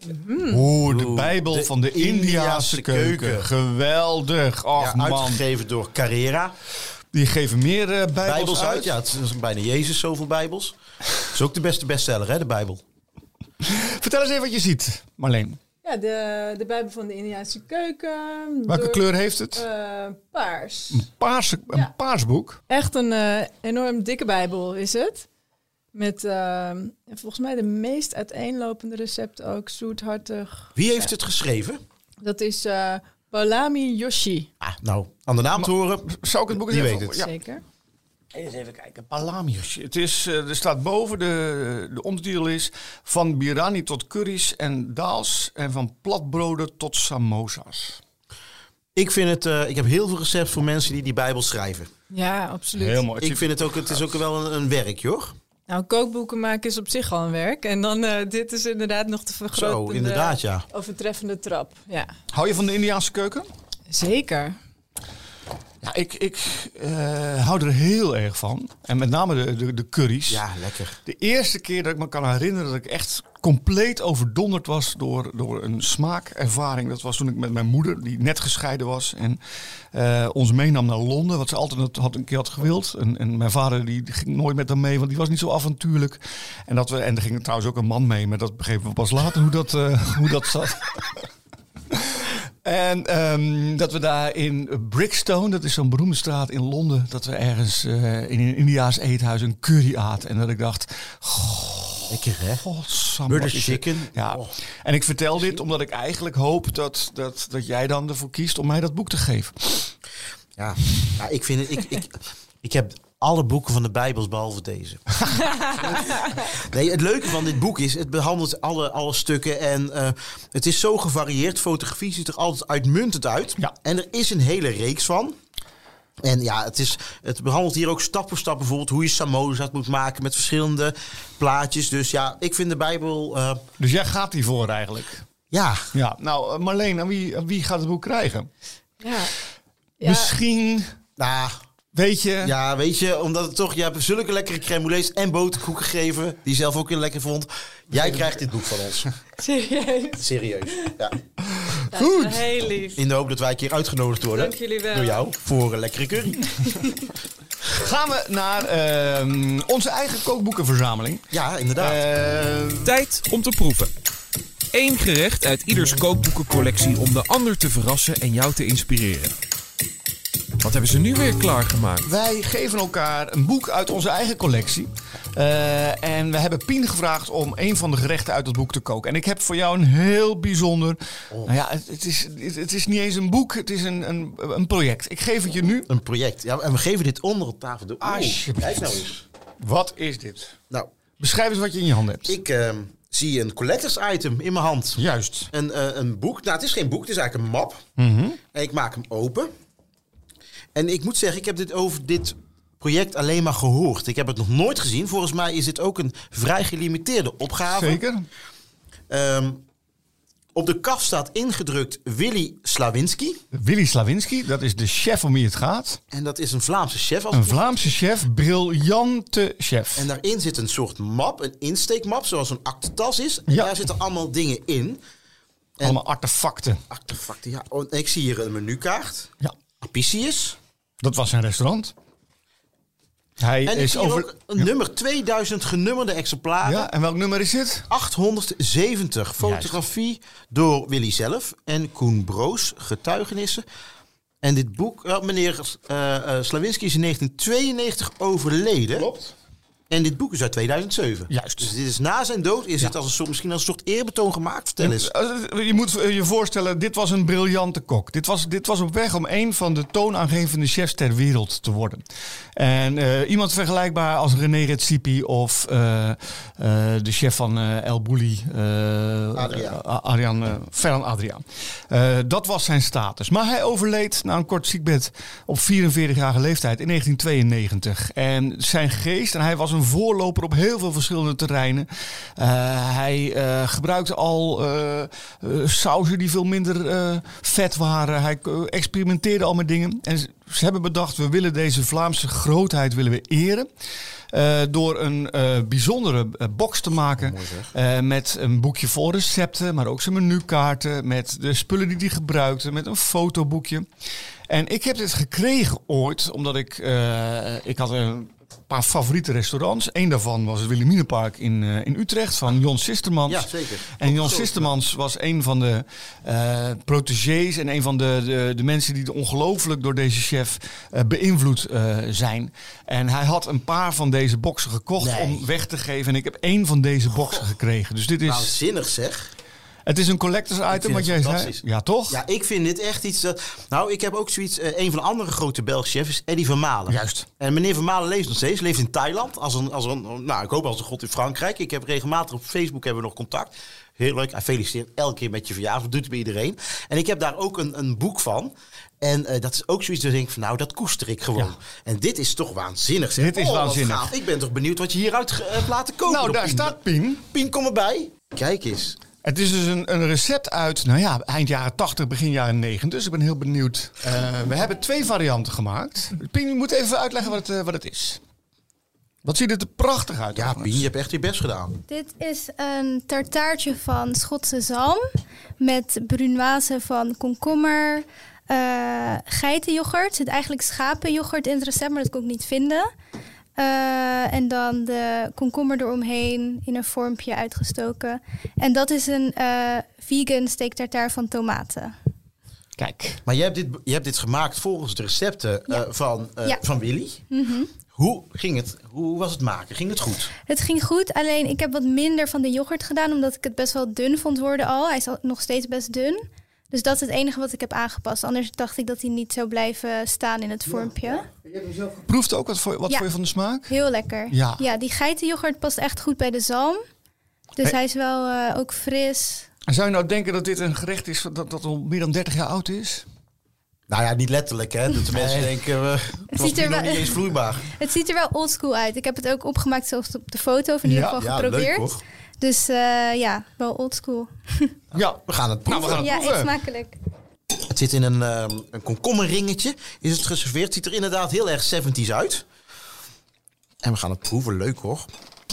De bijbel van de Indiase keuken. Geweldig. Och, man. Uitgegeven door Carrera. Die geven meer bijbels uit. Ja, het is bijna Jezus, zoveel bijbels. Het is ook de beste bestseller, hè, de bijbel. Vertel eens even wat je ziet, Marleen. Ja, de bijbel van de Indiase keuken. Welke kleur heeft het? Paars. Een paars boek. Echt een enorm dikke bijbel is het. Met volgens mij de meest uiteenlopende recepten ook. Zoethartig. Wie heeft het geschreven? Dat is Paulami Joshi. Nou, aan de naam te horen. Zou ik het boek Die weet het. Ja. Zeker. Eens even kijken. Paulami Joshi. Het is, er staat boven, de ondertitel is... Van biryani tot curry's en daals. En van platbroden tot samosa's. Ik vind het... ik heb heel veel recepten voor mensen die bijbel schrijven. Ja, absoluut. Heel mooi. Ik vind het ook... Het is ook wel een werk, hoor. Nou, kookboeken maken is op zich al een werk. En dan dit is inderdaad nog te vergroten. Zo, inderdaad, ja. Overtreffende trap, ja. Hou je van de Indiaanse keuken? Zeker. Ja, ik hou er heel erg van. En met name de curry's. Ja, lekker. De eerste keer dat ik me kan herinneren dat ik echt compleet overdonderd was door een smaakervaring. Dat was toen ik met mijn moeder, die net gescheiden was, en ons meenam naar Londen, wat ze altijd een keer had gewild. En mijn vader die ging nooit met haar mee, want die was niet zo avontuurlijk. En er ging trouwens ook een man mee, maar dat begrepen we pas later hoe dat zat. En dat we daar in Brixton, dat is zo'n beroemde straat in Londen, dat we ergens in een Indiaas eethuis een curry aten. En dat ik dacht, Lekker, hè? Godsamme, Butter wat is het? chicken. Ja. Oh. En ik vertel dit omdat ik eigenlijk hoop dat jij dan ervoor kiest om mij dat boek te geven. Ja, nou, ik vind het... Ik heb alle boeken van de Bijbels behalve deze. Nee, het leuke van dit boek is, het behandelt alle stukken en het is zo gevarieerd. Fotografie ziet er altijd uitmuntend uit. Ja. En er is een hele reeks van. En ja, het behandelt hier ook stap voor stap bijvoorbeeld hoe je samosa's moet maken met verschillende plaatjes. Dus ja, ik vind de Bijbel... Dus jij gaat hiervoor eigenlijk. ja, Ja, nou Marleen, aan wie gaat het boek krijgen? Ja. Misschien, nou... weet je... Ja, weet je, omdat het toch... Je hebt zulke lekkere crème brûlées en boterkoeken gegeven... die je zelf ook heel lekker vond. Jij krijgt dit boek van ons. Serieus. Serieus. Ja. Dat is wel heel lief. In de hoop dat wij een keer uitgenodigd worden. Dank jullie wel. Door jou. Voor een lekkere curry. Gaan we naar onze eigen kookboekenverzameling. Ja, inderdaad. Tijd om te proeven. 1 gerecht uit ieders kookboekencollectie om de ander te verrassen en jou te inspireren. Wat hebben ze nu weer klaargemaakt? Wij geven elkaar een boek uit onze eigen collectie. En we hebben Pien gevraagd om een van de gerechten uit het boek te koken. En ik heb voor jou een heel bijzonder... Nou ja, het is niet eens een boek, het is een project. Ik geef het je nu. Een project. Ja, en we geven dit onder op tafel. Alsjeblieft. Kijk nou eens. Wat is dit? Nou, Beschrijf eens wat je in je hand hebt. ik zie een collectors item in mijn hand. Juist. Een boek. Nou, het is geen boek, het is eigenlijk een map. En ik maak hem open. En ik moet zeggen, ik heb over dit project alleen maar gehoord. Ik heb het nog nooit gezien. Volgens mij is dit ook een vrij gelimiteerde opgave. Zeker. Op de kaft staat ingedrukt Willy Slawinski. Willy Slawinski, dat is de chef om wie het gaat. En dat is een Vlaamse chef. Een Vlaamse chef, briljante chef. En daarin zit een soort map, een insteekmap, zoals een aktentas is. En Ja. daar zitten allemaal dingen in. En Allemaal artefacten. artefacten, ja. Oh, en ik zie hier een menukaart. Ja. Apicius. Dat was zijn restaurant. Hij En ik is zie hier over... ook een nummer 2000 genummerde exemplaren. Ja, en welk nummer is dit? 870 fotografie door Willy zelf en Koen Broos, getuigenissen. En dit boek, meneer Slawinski is in 1992 overleden. Klopt. En dit boek is uit 2007. Juist. Dus dit is na zijn dood. Is het als een soort, misschien als een soort eerbetoon gemaakt? Vertel eens. Je moet je voorstellen, dit was een briljante kok. Dit was op weg om een van de toonaangevende chefs ter wereld te worden. En iemand vergelijkbaar als René Redzepi of de chef van El Bulli, Ferran Adriaan. Dat was zijn status. Maar hij overleed na een kort ziekbed op 44-jarige leeftijd in 1992. En zijn geest, en hij was een voorloper op heel veel verschillende terreinen. Hij gebruikte al sauzen die veel minder vet waren. Hij experimenteerde al met dingen. En ze hebben bedacht, we willen deze Vlaamse grootheid willen we eren. Door een bijzondere box te maken. Met een boekje vol recepten, maar ook zijn menukaarten. Met de spullen die hij gebruikte. Met een fotoboekje. En ik heb dit gekregen ooit, omdat ik had een paar favoriete restaurants. Eén daarvan was het Wilhelminapark in Utrecht van Jon Sistermans. Ja, zeker. En Jon Sistermans was een van de protégés en een van de mensen die ongelooflijk door deze chef beïnvloed zijn. En hij had een paar van deze boxen gekocht om weg te geven. En ik heb één van deze boxen gekregen. Dus dit is... Waanzinnig zeg. Het is een collectors item, wat jij zei. Ja, toch? Ja, ik vind dit echt iets dat... Nou, ik heb ook zoiets... een van de andere grote Belgische chefs is Eddy van Malen. Juist. En meneer van Malen leeft nog steeds. Leeft in Thailand. Nou, ik hoop als een god in Frankrijk. Ik heb regelmatig op Facebook hebben we nog contact. Heel leuk. Hij feliciteert elke keer met je verjaardag. Dat doet hij bij iedereen. En ik heb daar ook een boek van. En dat is ook zoiets dat ik denk van... Nou, dat koester ik gewoon. Ja. En dit is toch waanzinnig. Zeg. Dit is waanzinnig. Gaaf. Ik ben toch benieuwd wat je hieruit hebt laten koken. Nou, daar staat Pien. Pien, kom erbij. Kijk eens. Het is dus een recept uit, eind jaren 80, begin jaren 90. Dus ik ben heel benieuwd. We hebben 2 varianten gemaakt. Pien, je moet even uitleggen wat het is. Wat ziet het er prachtig uit. Ja, Pien, je hebt echt je best gedaan. Dit is een tartaartje van Schotse zalm. Met brunoise van komkommer, geitenyoghurt. Er zit eigenlijk schapenyoghurt in het recept, maar dat kon ik niet vinden. En dan de komkommer eromheen in een vormpje uitgestoken. En dat is een vegan steak tartare van tomaten. Kijk. Maar je hebt dit gemaakt volgens de recepten van Willy. Mm-hmm. Hoe ging het? Hoe was het maken? Ging het goed? Het ging goed, alleen ik heb wat minder van de yoghurt gedaan... omdat ik het best wel dun vond worden al. Hij is nog steeds best dun. Dus dat is het enige wat ik heb aangepast. Anders dacht ik dat hij niet zou blijven staan in het vormpje. Proeft ook wat vond je van de smaak? Heel lekker. Ja, die geitenyoghurt past echt goed bij de zalm. Dus hij is wel ook fris. En zou je nou denken dat dit een gerecht is dat al meer dan 30 jaar oud is? Nou ja, niet letterlijk, hè. Dat de mensen denken, het was nog niet eens vloeibaar. Het ziet er wel oldschool uit. Ik heb het ook opgemaakt zoals op de foto, of in ieder geval geprobeerd. Leuk, hoor. Dus wel oldschool. Ja, we gaan het proeven. Ja, eet smakelijk. Het zit in een komkommerringetje. Is het geserveerd. Het ziet er inderdaad heel erg 70's uit. En we gaan het proeven. Leuk, hoor.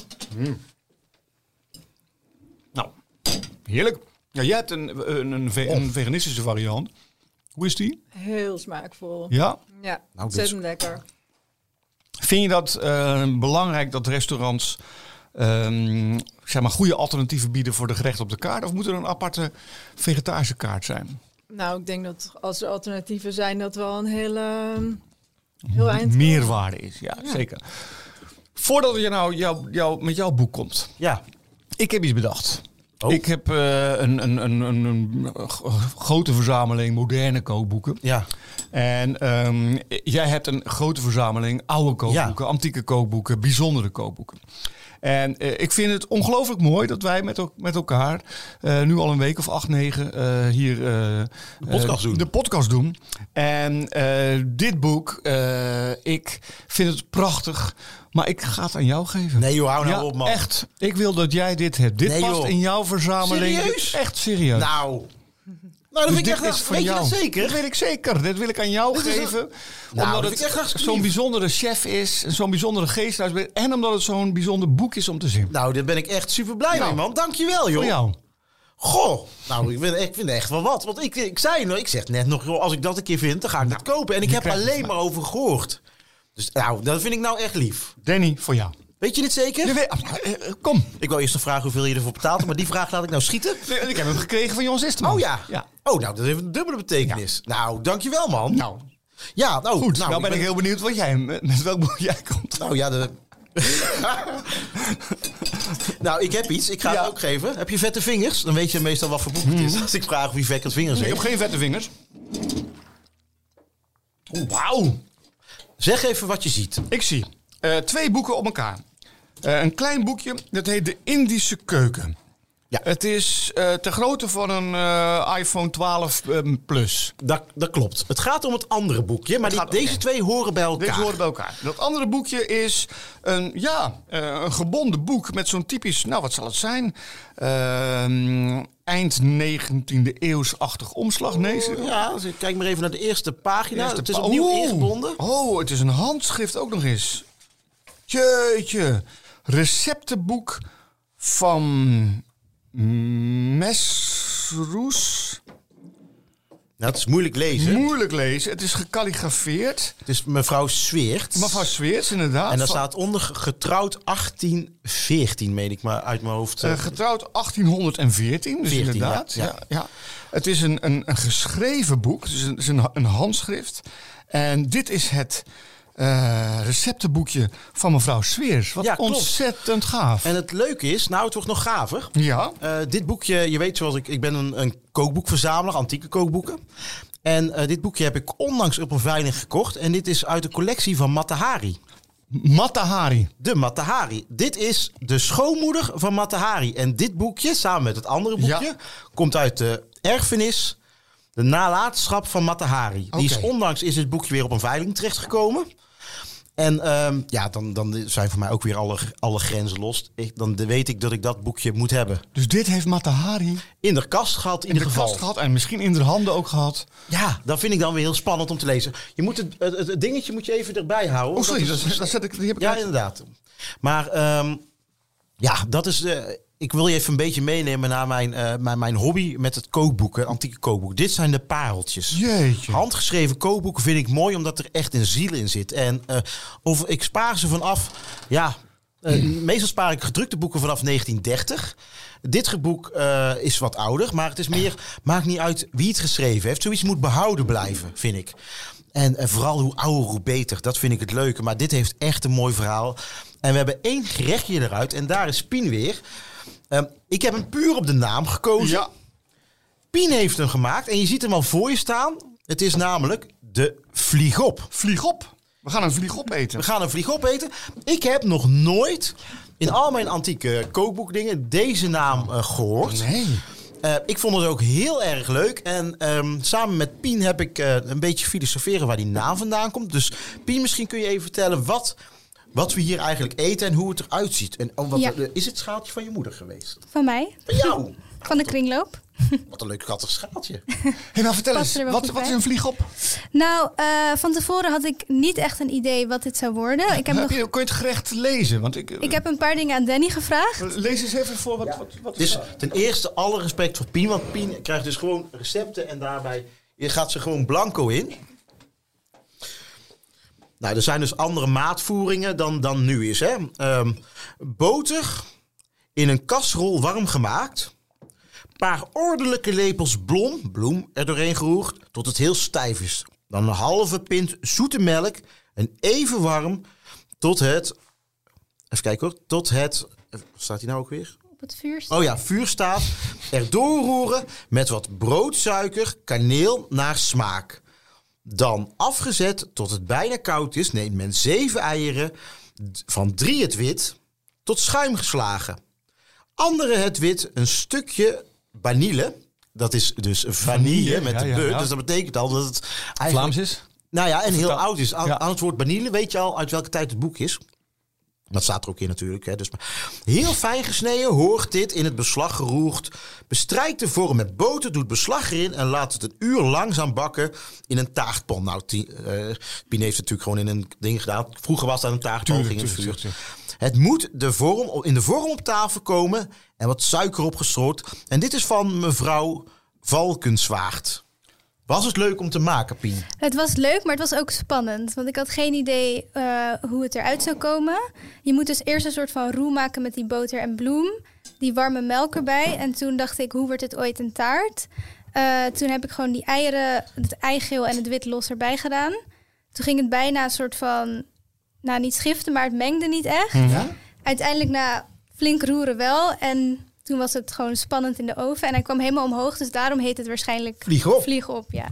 Nou, heerlijk. Ja, jij hebt een veganistische variant. Hoe is die? Heel smaakvol. Ja? Ja, Nou, ontzettend lekker. Vind je dat belangrijk dat restaurants zeg maar goede alternatieven bieden voor de gerechten op de kaart? Of moet er een aparte vegetarische kaart zijn? Nou, ik denk dat als er alternatieven zijn, dat wel een heel eind meerwaarde is, ja, zeker. Voordat je nou met jouw boek komt. Ja. Ik heb iets bedacht. Oh. Ik heb een grote verzameling moderne kookboeken. Ja. En jij hebt een grote verzameling oude kookboeken, antieke kookboeken, bijzondere kookboeken. En ik vind het ongelooflijk mooi dat wij met elkaar nu al een week of 8, 9 hier de podcast doen. En dit boek, ik vind het prachtig, maar ik ga het aan jou geven. Nee joh, hou nou op man. Echt, ik wil dat jij dit hebt. Dit past in jouw verzameling. Serieus? Echt serieus. Nou, dat vind ik echt. Weet je dat zeker? Dat weet ik zeker. Dit wil ik aan jou geven. Omdat het zo'n bijzondere chef is. Zo'n bijzondere geesthuis. En omdat het zo'n bijzonder boek is om te zien. Nou, daar ben ik echt super blij mee, man. Dankjewel, joh. Voor jou. Goh, nou, ik vind echt wel wat. Want ik zeg net nog, joh, als ik dat een keer vind, dan ga ik dat kopen. En ik heb alleen maar over gehoord. Dus nou, dat vind ik nou echt lief. Danny, voor jou. Weet je dit zeker? Kom. Ik wou eerst nog vragen hoeveel je ervoor betaalt, maar die vraag laat ik nou schieten. Nee, ik heb hem gekregen van Jons Isterman. Oh ja. Oh, nou, dat heeft een dubbele betekenis. Ja. Nou, dankjewel, man. Nou. Ja, nou. Goed, nou ben ik heel benieuwd met welk boek jij komt. Nou ja, nou, ik heb iets. Ik ga het ook geven. Heb je vette vingers? Dan weet je meestal wat voor boek het is. Als ik vraag wie vette vingers heeft. Ik heb geen vette vingers. Wauw. Zeg even wat je ziet. Ik zie 2 boeken op elkaar. Een klein boekje, dat heet De Indische Keuken. Ja. Het is ter grootte van een iPhone 12 Plus. Dat klopt. Het gaat om het andere boekje, maar deze twee horen bij elkaar. Deze horen bij elkaar. Dat andere boekje is een gebonden boek met zo'n typisch, nou wat zal het zijn? Eind 19e eeuwsachtig omslag. Nee, ja, dus kijk maar even naar de eerste pagina. Het is opnieuw ingebonden. Oh, het is een handschrift ook nog eens. Jeetje. Receptenboek van Mesroes. Nou, het is moeilijk lezen. Moeilijk lezen. Het is gekalligrafeerd. Het is mevrouw Sweert. Mevrouw Sweert, inderdaad. En daar staat onder getrouwd 1814, meen ik maar uit mijn hoofd. Getrouwd 1814, dus 14, inderdaad. Ja. Het is een geschreven boek. Het is een handschrift. En dit is het receptenboekje van mevrouw Sweers. Wat ontzettend gaaf. En het leuke is, nou het wordt nog gaver. Ja. Dit boekje, je weet zoals ik ben een kookboekverzamelaar, antieke kookboeken. En dit boekje heb ik onlangs op een veiling gekocht. En dit is uit de collectie van Mata Hari. Mata Hari. De Mata Hari. Dit is de schoonmoeder van Mata Hari. En dit boekje, samen met het andere boekje, komt uit de erfenis, de nalatenschap van Mata Hari. Okay. Onlangs is dit boekje weer op een veiling terechtgekomen. En dan zijn voor mij ook weer alle grenzen los. Dan weet ik dat ik dat boekje moet hebben. Dus dit heeft Mata Hari in de kast gehad, in ieder geval. Kast gehad en misschien in de handen ook gehad. Ja, dat vind ik dan weer heel spannend om te lezen. Je moet het dingetje moet je even erbij houden. Oh, sorry, dat zet ik. Die heb ik ja, inderdaad. Maar dat is. Ik wil je even een beetje meenemen naar mijn hobby met het kookboeken, antieke kookboek. Dit zijn de pareltjes. Jeetje. Handgeschreven kookboeken vind ik mooi omdat er echt een ziel in zit. En of ik spaar ze vanaf. Ja, meestal spaar ik gedrukte boeken vanaf 1930. Dit boek is wat ouder, maar het is meer. Maakt niet uit wie het geschreven heeft. Zoiets moet behouden blijven, vind ik. En vooral hoe ouder, hoe beter. Dat vind ik het leuke. Maar dit heeft echt een mooi verhaal. En we hebben 1 gerechtje eruit. En daar is Pien weer. Ik heb hem puur op de naam gekozen. Ja. Pien heeft hem gemaakt. En je ziet hem al voor je staan. Het is namelijk de vliegop. Vliegop. We gaan een vliegop eten. We gaan een vliegop eten. Ik heb nog nooit in al mijn antieke kookboekdingen deze naam gehoord. Nee. Ik vond het ook heel erg leuk. En samen met Pien heb ik een beetje filosoferen waar die naam vandaan komt. Dus Pien, misschien kun je even vertellen wat we hier eigenlijk eten en hoe het eruit ziet. En is het schaaltje van je moeder geweest? Van mij. Van jou? Van de kringloop. Wat een leuk kattig schaaltje. Hey, maar vertel Past eens, er wel goed wat is bij? een vliegop? Nou, van tevoren had ik niet echt een idee wat dit zou worden. Kun je het gerecht lezen? Want Ik heb een paar dingen aan Danny gevraagd. lees eens even voor wat Dus ten eerste alle respect voor Pien. Want Pien krijgt dus gewoon recepten en daarbij gaat ze gewoon blanco in. Nou, er zijn dus andere maatvoeringen dan nu is. Hè? Boter in een kasserol warm gemaakt. Paar ordelijke lepels bloem er doorheen geroerd tot het heel stijf is. Dan een halve pint zoete melk en even warm tot het... Even kijken hoor. Tot het... Staat hij nou ook weer? Op het vuur. Oh ja, vuur staat. Er doorroeren met wat broodsuiker, kaneel naar smaak. Dan afgezet tot het bijna koud is, neemt men 7 eieren, van 3 het wit, tot schuim geslagen. Andere het wit, een stukje vanille. Dat is dus vanille met de beurt. Dus dat betekent al dat het eigenlijk... Vlaams is? Nou ja, en heel oud is. Ja. Aan het woord vanille weet je al uit welke tijd het boek is. Dat staat er ook in natuurlijk. Hè. Dus heel fijn gesneden, hoort dit in het beslag geroerd. Bestrijk de vorm met boter, doet beslag erin en laat het een uur langzaam bakken in een taartpan. Nou, Pien heeft het natuurlijk gewoon in een ding gedaan. Vroeger was dat een taartpan, ging in het vuur. Het moet in de vorm op tafel komen en wat suiker opgestrooid. En dit is van mevrouw Valkenswaard. Was het leuk om te maken, Pien? Het was leuk, maar het was ook spannend. Want ik had geen idee hoe het eruit zou komen. Je moet dus eerst een soort van roux maken met die boter en bloem. Die warme melk erbij. En toen dacht ik, hoe wordt het ooit een taart? Toen heb ik gewoon die eieren, het eigeel en het wit los erbij gedaan. Toen ging het bijna een soort van... Nou, niet schiften, maar het mengde niet echt. Ja? Uiteindelijk na flink roeren wel. En toen was het gewoon spannend in de oven. En hij kwam helemaal omhoog. Dus daarom heet het waarschijnlijk Vliegop. Ja.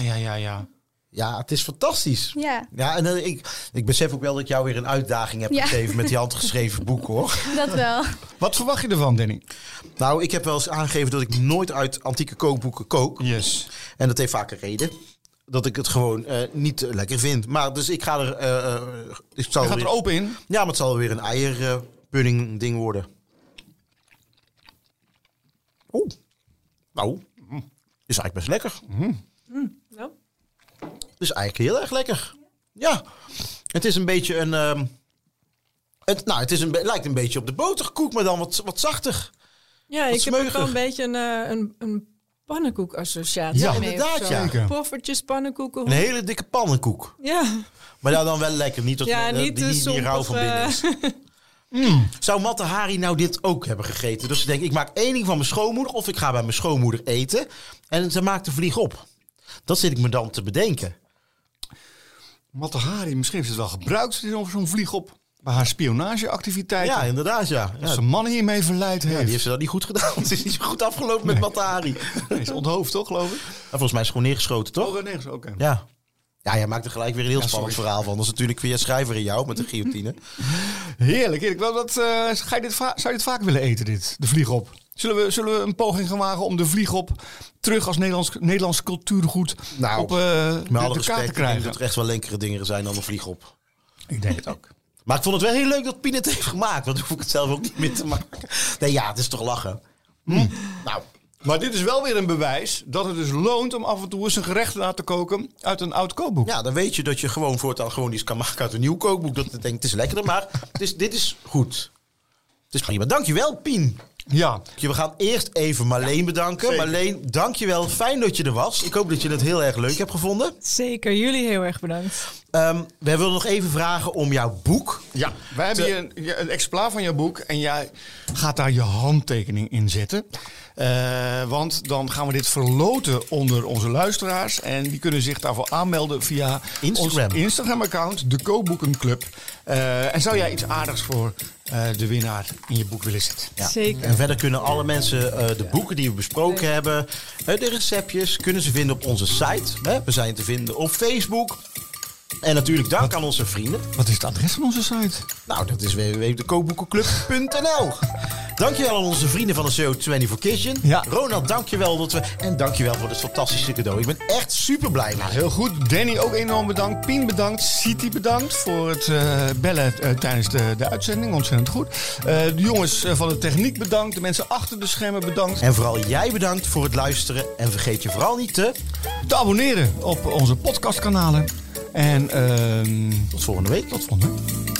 Ja. Ja, het is fantastisch. Ja. Ja, en ik besef ook wel dat ik jou weer een uitdaging heb gegeven met die handgeschreven boek, hoor. Dat wel. Wat verwacht je ervan, Danny? Nou, ik heb wel eens aangegeven dat ik nooit uit antieke kookboeken kook. Yes. En dat heeft vaak een reden. Dat ik het gewoon niet lekker vind. Maar dus ik ga er... Je gaat er open in? Ja, maar het zal weer een eierpudding ding worden. Oeh. Nou, is eigenlijk best lekker. Ja. Is eigenlijk heel erg lekker. Ja. Het is een beetje een... lijkt een beetje op de boterkoek, maar dan wat zachter. Ja, Wat ik heb ook smeuiger. wel een beetje een pannenkoek-associatie. Ja, mee inderdaad, of zo. ja. Poffertjes, pannenkoeken. Een hele dikke pannenkoek. Ja. Maar dan wel lekker. Niet dat die rauw van binnen is. Zou Matte Hari nou dit ook hebben gegeten? Dus ik denk, ik maak 1 ding van mijn schoonmoeder... of ik ga bij mijn schoonmoeder eten... en ze maakt de vlieg op. Dat zit ik me dan te bedenken. Matte Hari, misschien heeft ze het wel gebruikt, zo'n vliegop. Bij haar spionageactiviteiten. Ja, inderdaad, ja. Als ze mannen hiermee verleid heeft. Die heeft ze dat niet goed gedaan. Het is niet zo goed afgelopen met Matte Hari. Hij is onthoofd, toch, geloof ik? Volgens mij is het gewoon neergeschoten, toch? Oh, nee, oké. Ja. Ja, jij maakt er gelijk weer een heel Ja, spannend sorry. verhaal van. Dat is natuurlijk weer schrijver in jou met de guillotine. Heerlijk. Zou je dit vaak willen eten, de vliegop? Zullen we een poging gaan wagen om de vliegop terug als Nederlands cultuurgoed op met alle de kaart te respect, ik denk krijgen? dat er echt wel lekkere dingen zijn dan een vlieg op. Ik denk het ook. Maar ik vond het wel heel leuk dat Pien het heeft gemaakt. Want dan hoef ik het zelf ook niet meer te maken. Nee, ja, het is toch lachen. Nou, Maar dit is wel weer een bewijs dat het dus loont om af en toe eens een gerecht te laten koken uit een oud kookboek. ja, dan weet je dat je gewoon voortaan gewoon iets kan maken uit een nieuw kookboek. Dat ik denk, het is lekkerder, maar dit is goed. Het is prima. Dankjewel, Pien. Ja. We gaan eerst even Marleen bedanken. zeker. Marleen, dankjewel. Fijn dat je er was. Ik hoop dat je het heel erg leuk hebt gevonden. Zeker, jullie heel erg bedankt. We willen nog even vragen om jouw boek. Ja, wij hebben hier een exemplaar van jouw boek en jij gaat daar je handtekening in zetten. Want dan gaan we dit verloten onder onze luisteraars. En die kunnen zich daarvoor aanmelden via Instagram. ons Instagram-account, de Kookboekenclub. En zou jij iets aardigs voor de winnaar in je boek willen zetten? Ja. Zeker. En verder kunnen alle mensen de boeken die we besproken hebben, de receptjes, kunnen ze vinden op onze site. We zijn te vinden op Facebook. En natuurlijk dank aan onze vrienden. Wat is het adres van onze site? Nou, dat is www.dekookboekenclub.nl. Dankjewel aan onze vrienden van de CO24 Kitchen. Ja. Ronald, dankjewel en dankjewel voor dit fantastische cadeau. Ik ben echt super blij mee. Heel goed. Danny ook enorm bedankt. Pien bedankt. Siti bedankt voor het bellen tijdens de uitzending. Ontzettend goed. De jongens van de techniek bedankt. De mensen achter de schermen bedankt. En vooral jij bedankt voor het luisteren. En vergeet je vooral niet te abonneren op onze podcastkanalen. En tot volgende week. Tot volgende week.